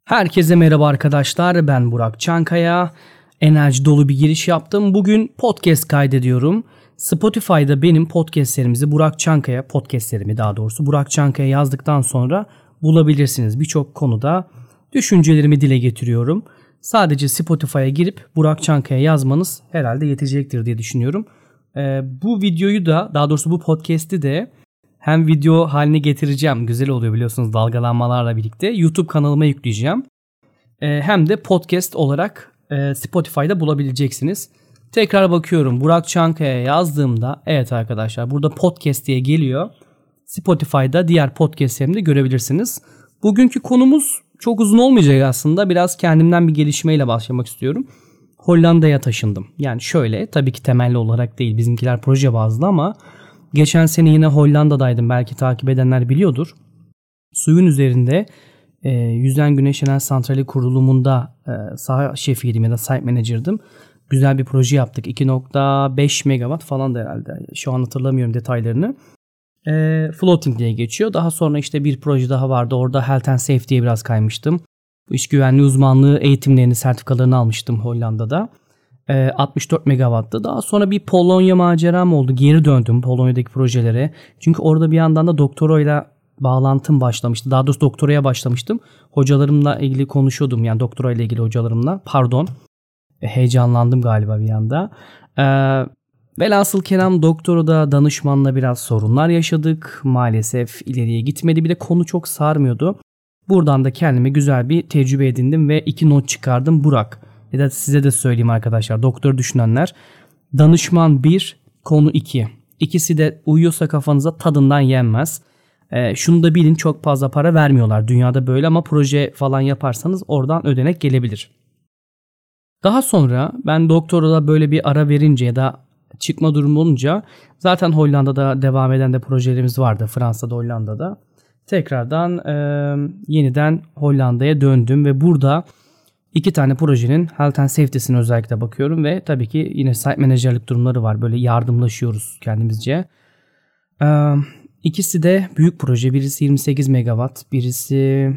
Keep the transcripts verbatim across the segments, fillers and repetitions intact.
Herkese merhaba arkadaşlar, ben Burak Çankaya. Enerji dolu bir giriş yaptım. Bugün podcast kaydediyorum. Spotify'da benim podcastlerimizi Burak Çankaya, podcastlerimi daha doğrusu Burak Çankaya yazdıktan sonra bulabilirsiniz. Birçok konuda düşüncelerimi dile getiriyorum. Sadece Spotify'a girip Burak Çankaya yazmanız herhalde yetecektir diye düşünüyorum. Ee, bu videoyu da, daha doğrusu bu podcast'i de hem video haline getireceğim. Güzel oluyor biliyorsunuz dalgalanmalarla birlikte. YouTube kanalıma yükleyeceğim. Ee, hem de podcast olarak e, Spotify'da bulabileceksiniz. Tekrar bakıyorum. Burak Çankaya yazdığımda evet arkadaşlar burada podcast diye geliyor. Spotify'da diğer podcastlerimi de görebilirsiniz. Bugünkü konumuz çok uzun olmayacak aslında. Biraz kendimden bir gelişmeyle başlamak istiyorum. Hollanda'ya taşındım. Yani şöyle, tabii ki temelli olarak değil. Bizimkiler proje bazlı ama geçen sene yine Hollanda'daydım. Belki takip edenler biliyordur. Suyun üzerinde e, yüzen güneş enerji santrali kurulumunda e, saha şefiydim ya da site manager'dım. Güzel bir proje yaptık. iki nokta beş megawatt falan da herhalde. Şu an hatırlamıyorum detaylarını. E, floating diye geçiyor. Daha sonra işte bir proje daha vardı. Orada health and safety'ye biraz kaymıştım. Bu iş güvenliği uzmanlığı eğitimlerini, sertifikalarını almıştım Hollanda'da. altmış dört megawatt'tı. Daha sonra bir Polonya maceram oldu. Geri döndüm Polonya'daki projelere. Çünkü orada bir yandan da doktorayla bağlantım başlamıştı. Daha doğrusu doktoraya başlamıştım. Hocalarımla ilgili konuşuyordum. Yani doktorayla ilgili hocalarımla. Pardon. Heyecanlandım galiba bir anda. Ee, velhasıl kelam doktorada danışmanla biraz sorunlar yaşadık. Maalesef ileriye gitmedi. Bir de konu çok sarmıyordu. Buradan da kendime güzel bir tecrübe edindim ve iki not çıkardım. Burak. Ya da size de söyleyeyim arkadaşlar, doktor düşünenler. Danışman bir, konu iki. İkisi de uyuyorsa kafanıza tadından yenmez. E, şunu da bilin, çok fazla para vermiyorlar. Dünyada böyle ama proje falan yaparsanız oradan ödenek gelebilir. Daha sonra ben doktorada böyle bir ara verince ya da çıkma durumu olunca zaten Hollanda'da devam eden de projelerimiz vardı. Fransa'da, Hollanda'da. Tekrardan e, yeniden Hollanda'ya döndüm ve burada İki tane projenin health and safety'sine özellikle bakıyorum ve tabii ki yine site managerlik durumları var. Böyle yardımlaşıyoruz kendimizce. Ee, ikisi de büyük proje. Birisi yirmi sekiz megawatt, birisi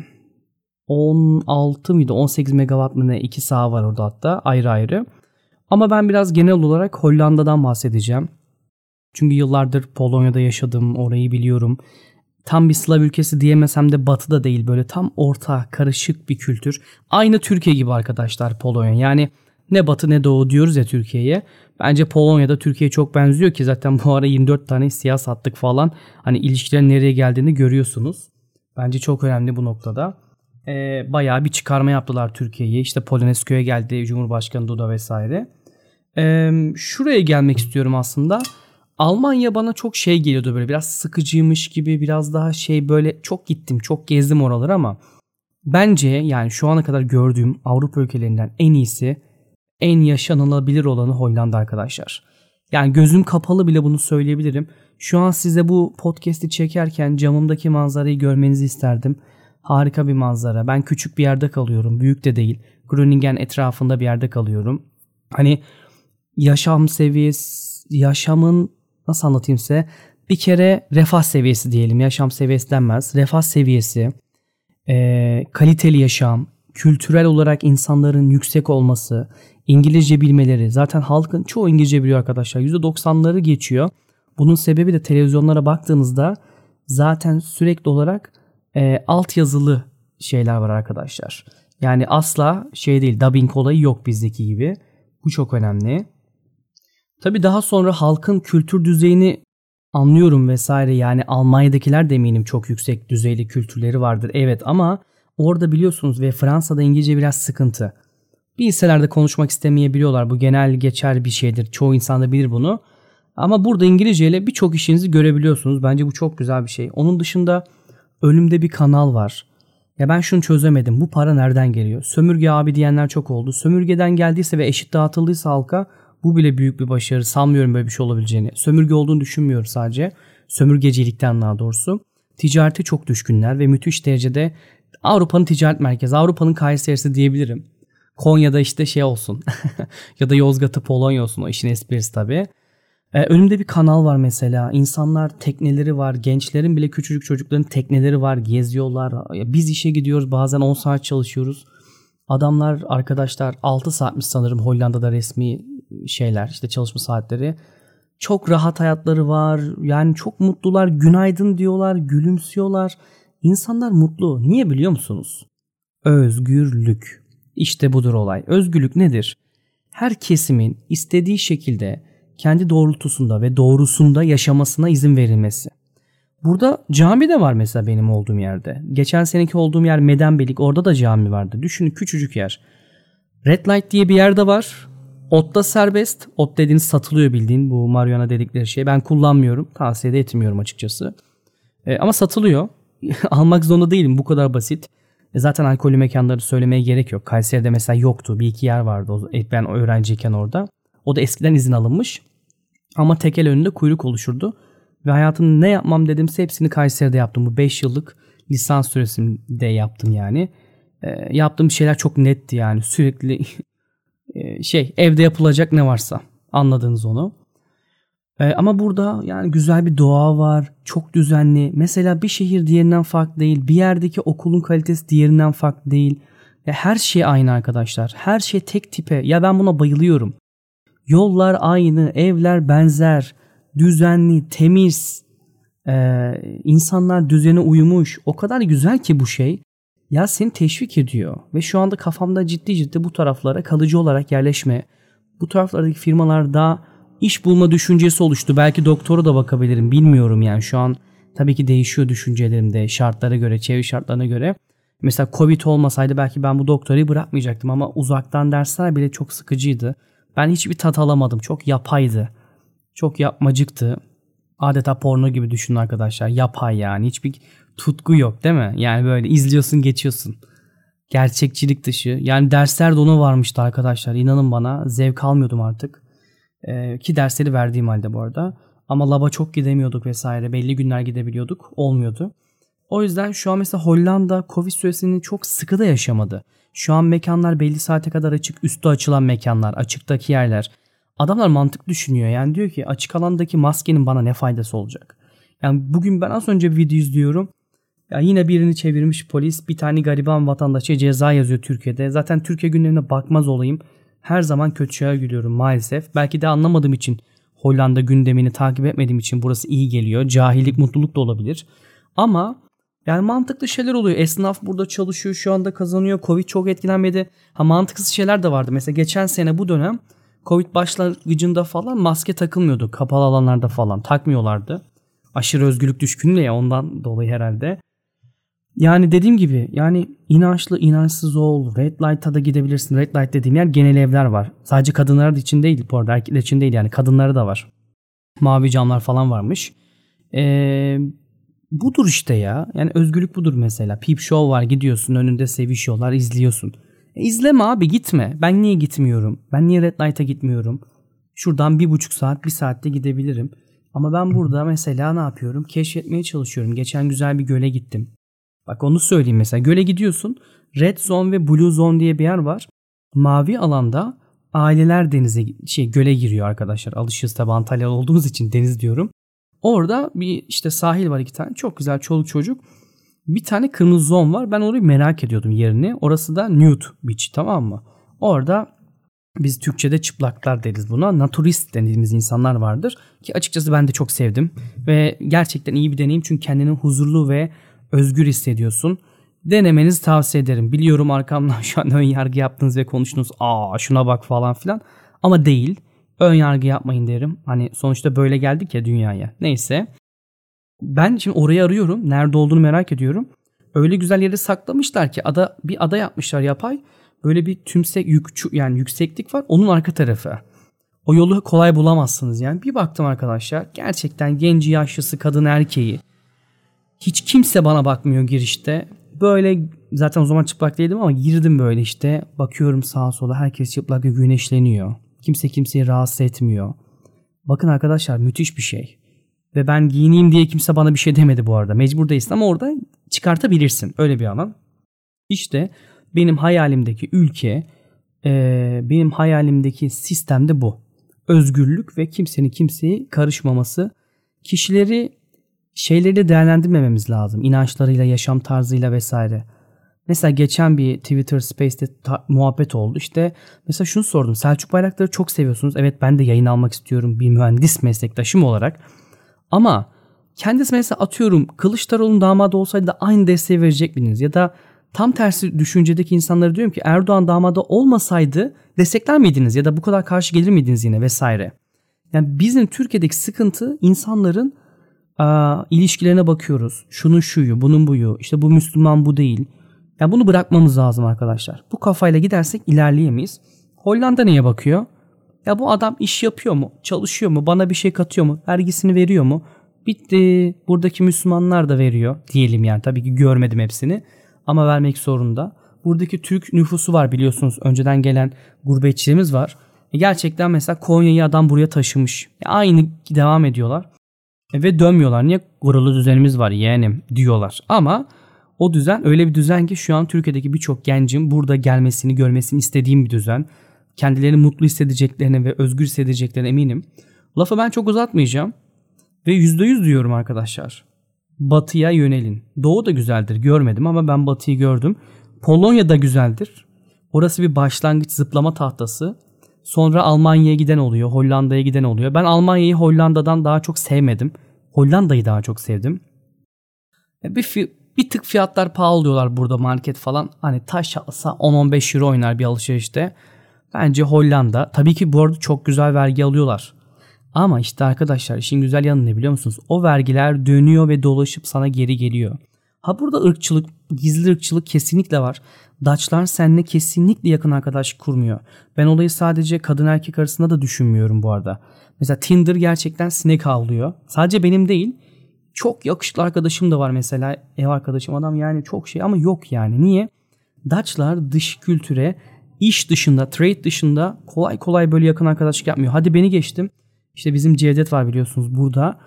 on altı mıydı? on sekiz megawatt mı ne? İki saha var orada hatta ayrı ayrı. Ama ben biraz genel olarak Hollanda'dan bahsedeceğim. Çünkü yıllardır Polonya'da yaşadım, orayı biliyorum. Tam bir Slav ülkesi diyemesem de batı da değil, böyle tam orta karışık bir kültür. Aynı Türkiye gibi arkadaşlar Polonya. Yani ne batı ne doğu diyoruz ya Türkiye'ye. Bence Polonya'da Türkiye'ye çok benziyor ki zaten bu ara yirmi dört tane siyasi attık falan. Hani ilişkilerin nereye geldiğini görüyorsunuz. Bence çok önemli bu noktada. Ee, bayağı bir çıkarma yaptılar Türkiye'ye. İşte Polonezköy'e geldi Cumhurbaşkanı Duda vesaire. Ee, şuraya gelmek istiyorum aslında. Almanya bana çok şey geliyordu, böyle biraz sıkıcıymış gibi, biraz daha şey, böyle çok gittim çok gezdim oraları ama bence yani şu ana kadar gördüğüm Avrupa ülkelerinden en iyisi, en yaşanılabilir olanı Hollanda arkadaşlar. Yani gözüm kapalı bile bunu söyleyebilirim. Şu an size bu podcast'i çekerken camımdaki manzarayı görmenizi isterdim. Harika bir manzara. Ben küçük bir yerde kalıyorum, büyük de değil. Groningen etrafında bir yerde kalıyorum. Hani yaşam seviyesi, yaşamın nasıl anlatayım size? Bir kere refah seviyesi diyelim. Yaşam seviyesi denmez. Refah seviyesi, e, kaliteli yaşam, kültürel olarak insanların yüksek olması, İngilizce bilmeleri. Zaten halkın çoğu İngilizce biliyor arkadaşlar. yüzde doksanları geçiyor. Bunun sebebi de televizyonlara baktığınızda zaten sürekli olarak e, altyazılı şeyler var arkadaşlar. Yani asla şey değil, dubbing olayı yok bizdeki gibi. Bu çok önemli. Tabii daha sonra halkın kültür düzeyini anlıyorum vesaire. Yani Almanya'dakiler de eminim çok yüksek düzeyli kültürleri vardır. Evet ama orada biliyorsunuz ve Fransa'da İngilizce biraz sıkıntı. Bilselerde konuşmak istemeyebiliyorlar. Bu genel geçer bir şeydir. Çoğu insan da bilir bunu. Ama burada İngilizce ile birçok işinizi görebiliyorsunuz. Bence bu çok güzel bir şey. Onun dışında önümde bir kanal var. Ya ben şunu çözemedim. Bu para nereden geliyor? Sömürge abi diyenler çok oldu. Sömürgeden geldiyse ve eşit dağıtıldıysa halka, bu bile büyük bir başarı. Sanmıyorum böyle bir şey olabileceğini. Sömürge olduğunu düşünmüyorum sadece. Sömürgecilikten daha doğrusu. Ticarete çok düşkünler ve müthiş derecede Avrupa'nın ticaret merkezi. Avrupa'nın Kayseri'si diyebilirim. Konya'da işte şey olsun. ya da Yozgat'ı Polonya olsun. O işin esprisi tabii. Ee, önümde bir kanal var mesela. İnsanlar tekneleri var. Gençlerin bile küçücük çocukların tekneleri var. Geziyorlar. Biz işe gidiyoruz. Bazen on saat çalışıyoruz. Adamlar arkadaşlar altı saatmiş sanırım Hollanda'da resmi şeyler işte çalışma saatleri. Çok rahat hayatları var. Yani çok mutlular. Günaydın diyorlar. Gülümsüyorlar. İnsanlar mutlu. Niye biliyor musunuz? Özgürlük. İşte budur olay. Özgürlük nedir? Her kesimin istediği şekilde kendi doğrultusunda ve doğrusunda yaşamasına izin verilmesi. Burada cami de var mesela benim olduğum yerde. Geçen seneki olduğum yer Medenbelik. Orada da cami vardı. Düşünün küçücük yer. Red Light diye bir yerde var. Ot'ta serbest. Ot dediğiniz satılıyor bildiğin bu marihuana dedikleri şey. Ben kullanmıyorum. Tavsiye de etmiyorum açıkçası. E, ama satılıyor. Almak zorunda değilim. Bu kadar basit. E, zaten alkollü mekanları söylemeye gerek yok. Kayseri'de mesela yoktu. Bir iki yer vardı. Ben öğrenciyken orada. O da eskiden izin alınmış. Ama tekel önünde kuyruk oluşurdu. Ve hayatımda ne yapmam dedimse hepsini Kayseri'de yaptım. Bu beş yıllık lisans süresinde yaptım yani. E, yaptığım şeyler çok netti yani. Sürekli e, şey evde yapılacak ne varsa. Anladınız onu. E, ama burada yani güzel bir doğa var. Çok düzenli. Mesela bir şehir diğerinden farklı değil. Bir yerdeki okulun kalitesi diğerinden farklı değil. Ya her şey aynı arkadaşlar. Her şey tek tipe. Ya ben buna bayılıyorum. Yollar aynı. Evler benzer. Düzenli, temiz, ee, insanlar düzene uyumuş. O kadar güzel ki bu şey. Ya seni teşvik ediyor. Ve şu anda kafamda ciddi ciddi bu taraflara kalıcı olarak yerleşme. Bu taraflardaki firmalarda iş bulma düşüncesi oluştu. Belki doktora da bakabilirim. Bilmiyorum yani şu an tabii ki değişiyor düşüncelerim de şartlara göre, çevre şartlarına göre. Mesela Covid olmasaydı belki ben bu doktorayı bırakmayacaktım ama uzaktan dersler bile çok sıkıcıydı. Ben hiçbir tat alamadım. Çok yapaydı. Çok yapmacıktı. Adeta porno gibi düşünün arkadaşlar. Yapay yani. Hiçbir tutku yok değil mi? Yani böyle izliyorsun geçiyorsun. Gerçekçilik dışı. Yani dersler de ona varmıştı arkadaşlar. İnanın bana zevk almıyordum artık. Ee, ki dersleri verdiğim halde bu arada. Ama laba çok gidemiyorduk vesaire. Belli günler gidebiliyorduk. Olmuyordu. O yüzden şu an mesela Hollanda Covid süresini çok sıkı da yaşamadı. Şu an mekanlar belli saate kadar açık. Üstü açılan mekanlar. Açıktaki yerler. Adamlar mantık düşünüyor. Yani diyor ki açık alandaki maskenin bana ne faydası olacak? Yani bugün ben az önce bir video izliyorum. Ya yine birini çevirmiş polis. Bir tane gariban vatandaşa ceza yazıyor Türkiye'de. Zaten Türkiye gündemine bakmaz olayım. Her zaman kötü şeyler gülüyorum maalesef. Belki de anlamadığım için Hollanda gündemini takip etmediğim için burası iyi geliyor. Cahillik mutluluk da olabilir. Ama yani mantıklı şeyler oluyor. Esnaf burada çalışıyor. Şu anda kazanıyor. Covid çok etkilenmedi. Ha mantıksız şeyler de vardı. Mesela geçen sene bu dönem Covid başlangıcında falan maske takılmıyordu. Kapalı alanlarda falan takmıyorlardı. Aşırı özgürlük düşkünlüğü ya ondan dolayı herhalde. Yani dediğim gibi yani inançlı inançsız ol. Red Light'a da gidebilirsin. Red Light dediğim yer genel evler var. Sadece kadınlar için değil bu arada. Erkekler için değil yani kadınları da var. Mavi camlar falan varmış. Eee... Budur işte ya. Yani özgürlük budur mesela. Peep Show var gidiyorsun önünde sevişiyorlar izliyorsun. E izleme abi gitme. Ben niye gitmiyorum? Ben niye Red Light'a gitmiyorum? Şuradan bir buçuk saat bir saatte gidebilirim. Ama ben burada mesela ne yapıyorum? Keşfetmeye çalışıyorum. Geçen güzel bir göle gittim. Bak onu söyleyeyim mesela. Göle gidiyorsun. Red Zone ve Blue Zone diye bir yer var. Mavi alanda aileler denize şey göle giriyor arkadaşlar. Alışığız tabi Antalyalı olduğumuz için deniz diyorum. Orada bir işte sahil var iki tane. Çok güzel çoluk çocuk. Bir tane kırmızı zon var. Ben orayı merak ediyordum yerini. Orası da nude beach tamam mı? Orada biz Türkçe'de çıplaklar deriz buna. Naturist dediğimiz insanlar vardır. Ki açıkçası ben de çok sevdim. Ve gerçekten iyi bir deneyim. Çünkü kendini huzurlu ve özgür hissediyorsun. Denemenizi tavsiye ederim. Biliyorum arkamdan şu an ön yargı yaptınız ve konuştunuz. Aa şuna bak falan filan. Ama değil. Ön yargı yapmayın derim. Hani sonuçta böyle geldik ya dünyaya. Neyse. Ben şimdi orayı arıyorum. Nerede olduğunu merak ediyorum. Öyle güzel yere saklamışlar ki ada bir ada yapmışlar yapay. Böyle bir tümsek yük, yani yükseklik var. Onun arka tarafı. O yolu kolay bulamazsınız yani. Bir baktım arkadaşlar. Gerçekten genci yaşlısı kadın erkeği. Hiç kimse bana bakmıyor girişte. Böyle zaten o zaman çıplak değildim ama girdim böyle işte. Bakıyorum sağa sola herkes çıplak ve güneşleniyor. Kimse kimseyi rahatsız etmiyor. Bakın arkadaşlar müthiş bir şey. Ve ben giyineyim diye kimse bana bir şey demedi bu arada. Mecbur değilsin ama orada çıkartabilirsin. Öyle bir alan. İşte benim hayalimdeki ülke, e, benim hayalimdeki sistem de bu. özgürlük ve kimsenin kimseye karışmaması. Kişileri şeyleri değerlendirmememiz lazım. İnançlarıyla, yaşam tarzıyla vesaire. Mesela geçen bir Twitter Space'te ta- muhabbet oldu. İşte mesela şunu sordum. Selçuk Bayraktar'ı çok seviyorsunuz. Evet, ben de yayın almak istiyorum bir mühendis meslektaşım olarak. Ama kendisi mesela atıyorum Kılıçdaroğlu'nun damadı olsaydı da aynı desteği verecek miydiniz? Ya da tam tersi düşüncedeki insanlara diyorum ki Erdoğan damadı olmasaydı destekler miydiniz? Ya da bu kadar karşı gelir miydiniz yine vesaire? Yani bizim Türkiye'deki sıkıntı insanların aa, ilişkilerine bakıyoruz. Şunun şuyu, bunun buyu, işte bu Müslüman, bu değil. Ya bunu bırakmamız lazım arkadaşlar. Bu kafayla gidersek ilerleyemeyiz. Hollanda neye bakıyor? Ya bu adam iş yapıyor mu? Çalışıyor mu? Bana bir şey katıyor mu? Vergisini veriyor mu? Bitti. Buradaki Müslümanlar da veriyor diyelim yani. Tabii ki görmedim hepsini ama vermek zorunda. Buradaki Türk nüfusu var biliyorsunuz. Önceden gelen gurbetçilerimiz var. E gerçekten mesela Konya'yı adam buraya taşımış. E aynı devam ediyorlar. E ve dönmüyorlar. Niye? Kurulu düzenimiz var yeğenim diyorlar. Ama o düzen öyle bir düzen ki şu an Türkiye'deki birçok gencin burada gelmesini, görmesini istediğim bir düzen. Kendilerini mutlu hissedeceklerine ve özgür hissedeceklerine eminim. Lafı ben çok uzatmayacağım. Ve yüzde yüz diyorum arkadaşlar. Batıya yönelin. Doğu da güzeldir, görmedim ama ben Batı'yı gördüm. Polonya da güzeldir. Orası bir başlangıç, zıplama tahtası. Sonra Almanya'ya giden oluyor, Hollanda'ya giden oluyor. Ben Almanya'yı Hollanda'dan daha çok sevmedim. Hollanda'yı daha çok sevdim. Bir, fi- bir tık fiyatlar pahalı diyorlar burada, market falan. Hani taş alsa on on beş euro oynar bir alışverişte. Bence Hollanda. Tabii ki bu arada çok güzel vergi alıyorlar. Ama işte arkadaşlar işin güzel yanı ne biliyor musunuz? O vergiler dönüyor ve dolaşıp sana geri geliyor. Ha burada ırkçılık, gizli ırkçılık kesinlikle var. Dutchlar seninle kesinlikle yakın arkadaşlık kurmuyor. Ben olayı sadece kadın erkek arasında da düşünmüyorum bu arada. Mesela Tinder gerçekten sinek avlıyor. Sadece benim değil. Çok yakışıklı arkadaşım da var mesela. Ev arkadaşım, adam yani çok şey ama yok yani. Niye? Dutchlar dış kültüre, iş dışında, trade dışında kolay kolay böyle yakın arkadaşlık yapmıyor. Hadi beni geçtim. İşte bizim Cevdet var biliyorsunuz burada.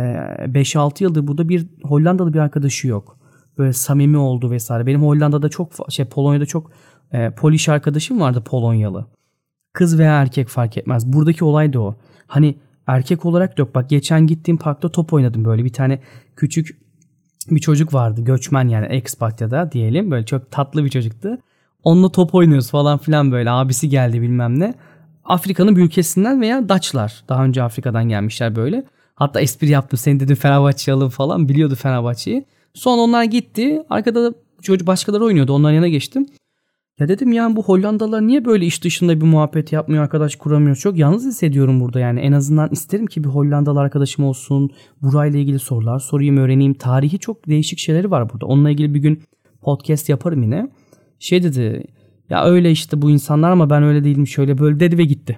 beş altı yıldır burada bir Hollandalı bir arkadaşı yok. Böyle samimi oldu vesaire. Benim Hollanda'da çok şey Polonya'da çok e, Polish arkadaşım vardı, Polonyalı. Kız veya erkek fark etmez. Buradaki olay da o. Hani erkek olarak da yok. Bak geçen gittiğim parkta top oynadım böyle. Bir tane küçük bir çocuk vardı. Göçmen yani expatria'da diyelim. Böyle çok tatlı bir çocuktu. Onunla top oynuyoruz falan filan böyle. Abisi geldi bilmem ne. Afrika'nın bir ülkesinden veya Dutchlar. Daha önce Afrika'dan gelmişler böyle. Hatta espri yaptım. Seni dedim Fenerbahçe'ye alın falan. Biliyordu Fenerbahçe'yi. Sonra onlar gitti. Arkada da çocuk başkaları oynuyordu. Onların yanına geçtim. Ya dedim ya bu Hollandalılar niye böyle iş dışında bir muhabbet yapmıyor, arkadaş kuramıyor? Çok yalnız hissediyorum burada yani. En azından isterim ki bir Hollandalı arkadaşım olsun. Burayla ilgili sorular sorayım, öğreneyim. Tarihi çok değişik şeyleri var burada. Onunla ilgili bir gün podcast yaparım yine. Şey dedi... Ya öyle işte bu insanlar ama ben öyle değilim şöyle böyle dedi ve gitti.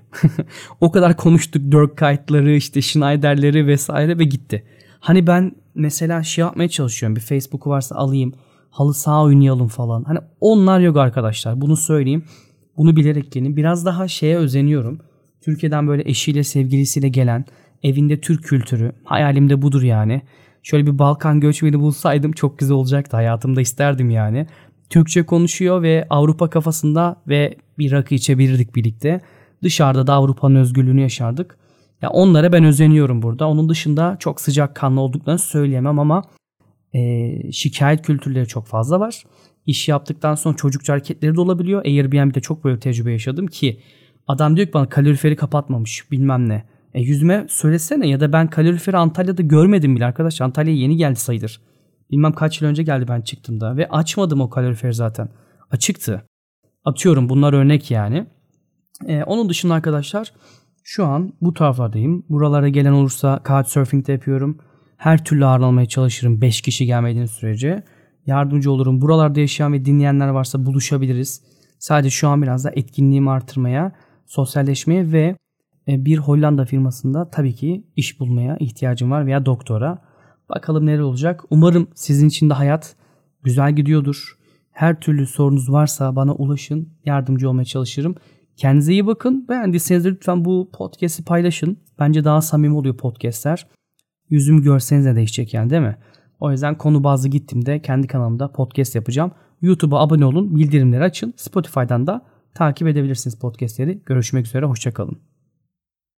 O kadar konuştuk Dürkheit'ları işte Schneider'leri vesaire ve gitti. Hani ben mesela şey yapmaya çalışıyorum, bir Facebook'u varsa alayım, halı saha oynayalım falan. Hani onlar yok arkadaşlar, bunu söyleyeyim. Bunu bilerek gelin. Biraz daha şeye özeniyorum. Türkiye'den böyle eşiyle sevgilisiyle gelen, evinde Türk kültürü, hayalimde budur yani. Şöyle bir Balkan göçmeni bulsaydım çok güzel olacaktı, hayatımda isterdim yani. Türkçe konuşuyor ve Avrupa kafasında ve bir rakı içebilirdik birlikte. Dışarıda da Avrupa'nın özgürlüğünü yaşardık. Ya onlara ben özeniyorum burada. Onun dışında çok sıcakkanlı olduklarını söyleyemem ama e, şikayet kültürleri çok fazla var. İş yaptıktan sonra çocukça hareketleri de olabiliyor. Airbnb'de çok böyle tecrübe yaşadım ki adam diyor ki bana kaloriferi kapatmamış bilmem ne. E yüzüme söylesene, ya da ben kaloriferi Antalya'da görmedim bile arkadaş. Antalya'ya yeni geldi sayılır. Bilmem kaç yıl önce geldi ben çıktığımda ve açmadım o kaloriferi zaten. Açıktı. Atıyorum, bunlar örnek yani. Ee, onun dışında arkadaşlar şu an bu taraflardayım. Buralara gelen olursa Couchsurfing de yapıyorum. Her türlü ağırlamaya çalışırım beş kişi gelmediğiniz sürece. Yardımcı olurum. Buralarda yaşayan ve dinleyenler varsa buluşabiliriz. Sadece şu an biraz da etkinliğimi artırmaya, sosyalleşmeye ve bir Hollanda firmasında tabii ki iş bulmaya ihtiyacım var veya doktora. Bakalım neler olacak. Umarım sizin için de hayat güzel gidiyordur. Her türlü sorunuz varsa bana ulaşın. Yardımcı olmaya çalışırım. Kendinize iyi bakın. Beğendiyseniz de lütfen bu podcast'i paylaşın. Bence daha samimi oluyor podcast'ler. Yüzümü görseniz de değişecek yani, değil mi? O yüzden konu bazlı gittiğimde kendi kanalımda podcast yapacağım. YouTube'a abone olun. Bildirimleri açın. Spotify'dan da takip edebilirsiniz podcast'leri. Görüşmek üzere. Hoşça kalın.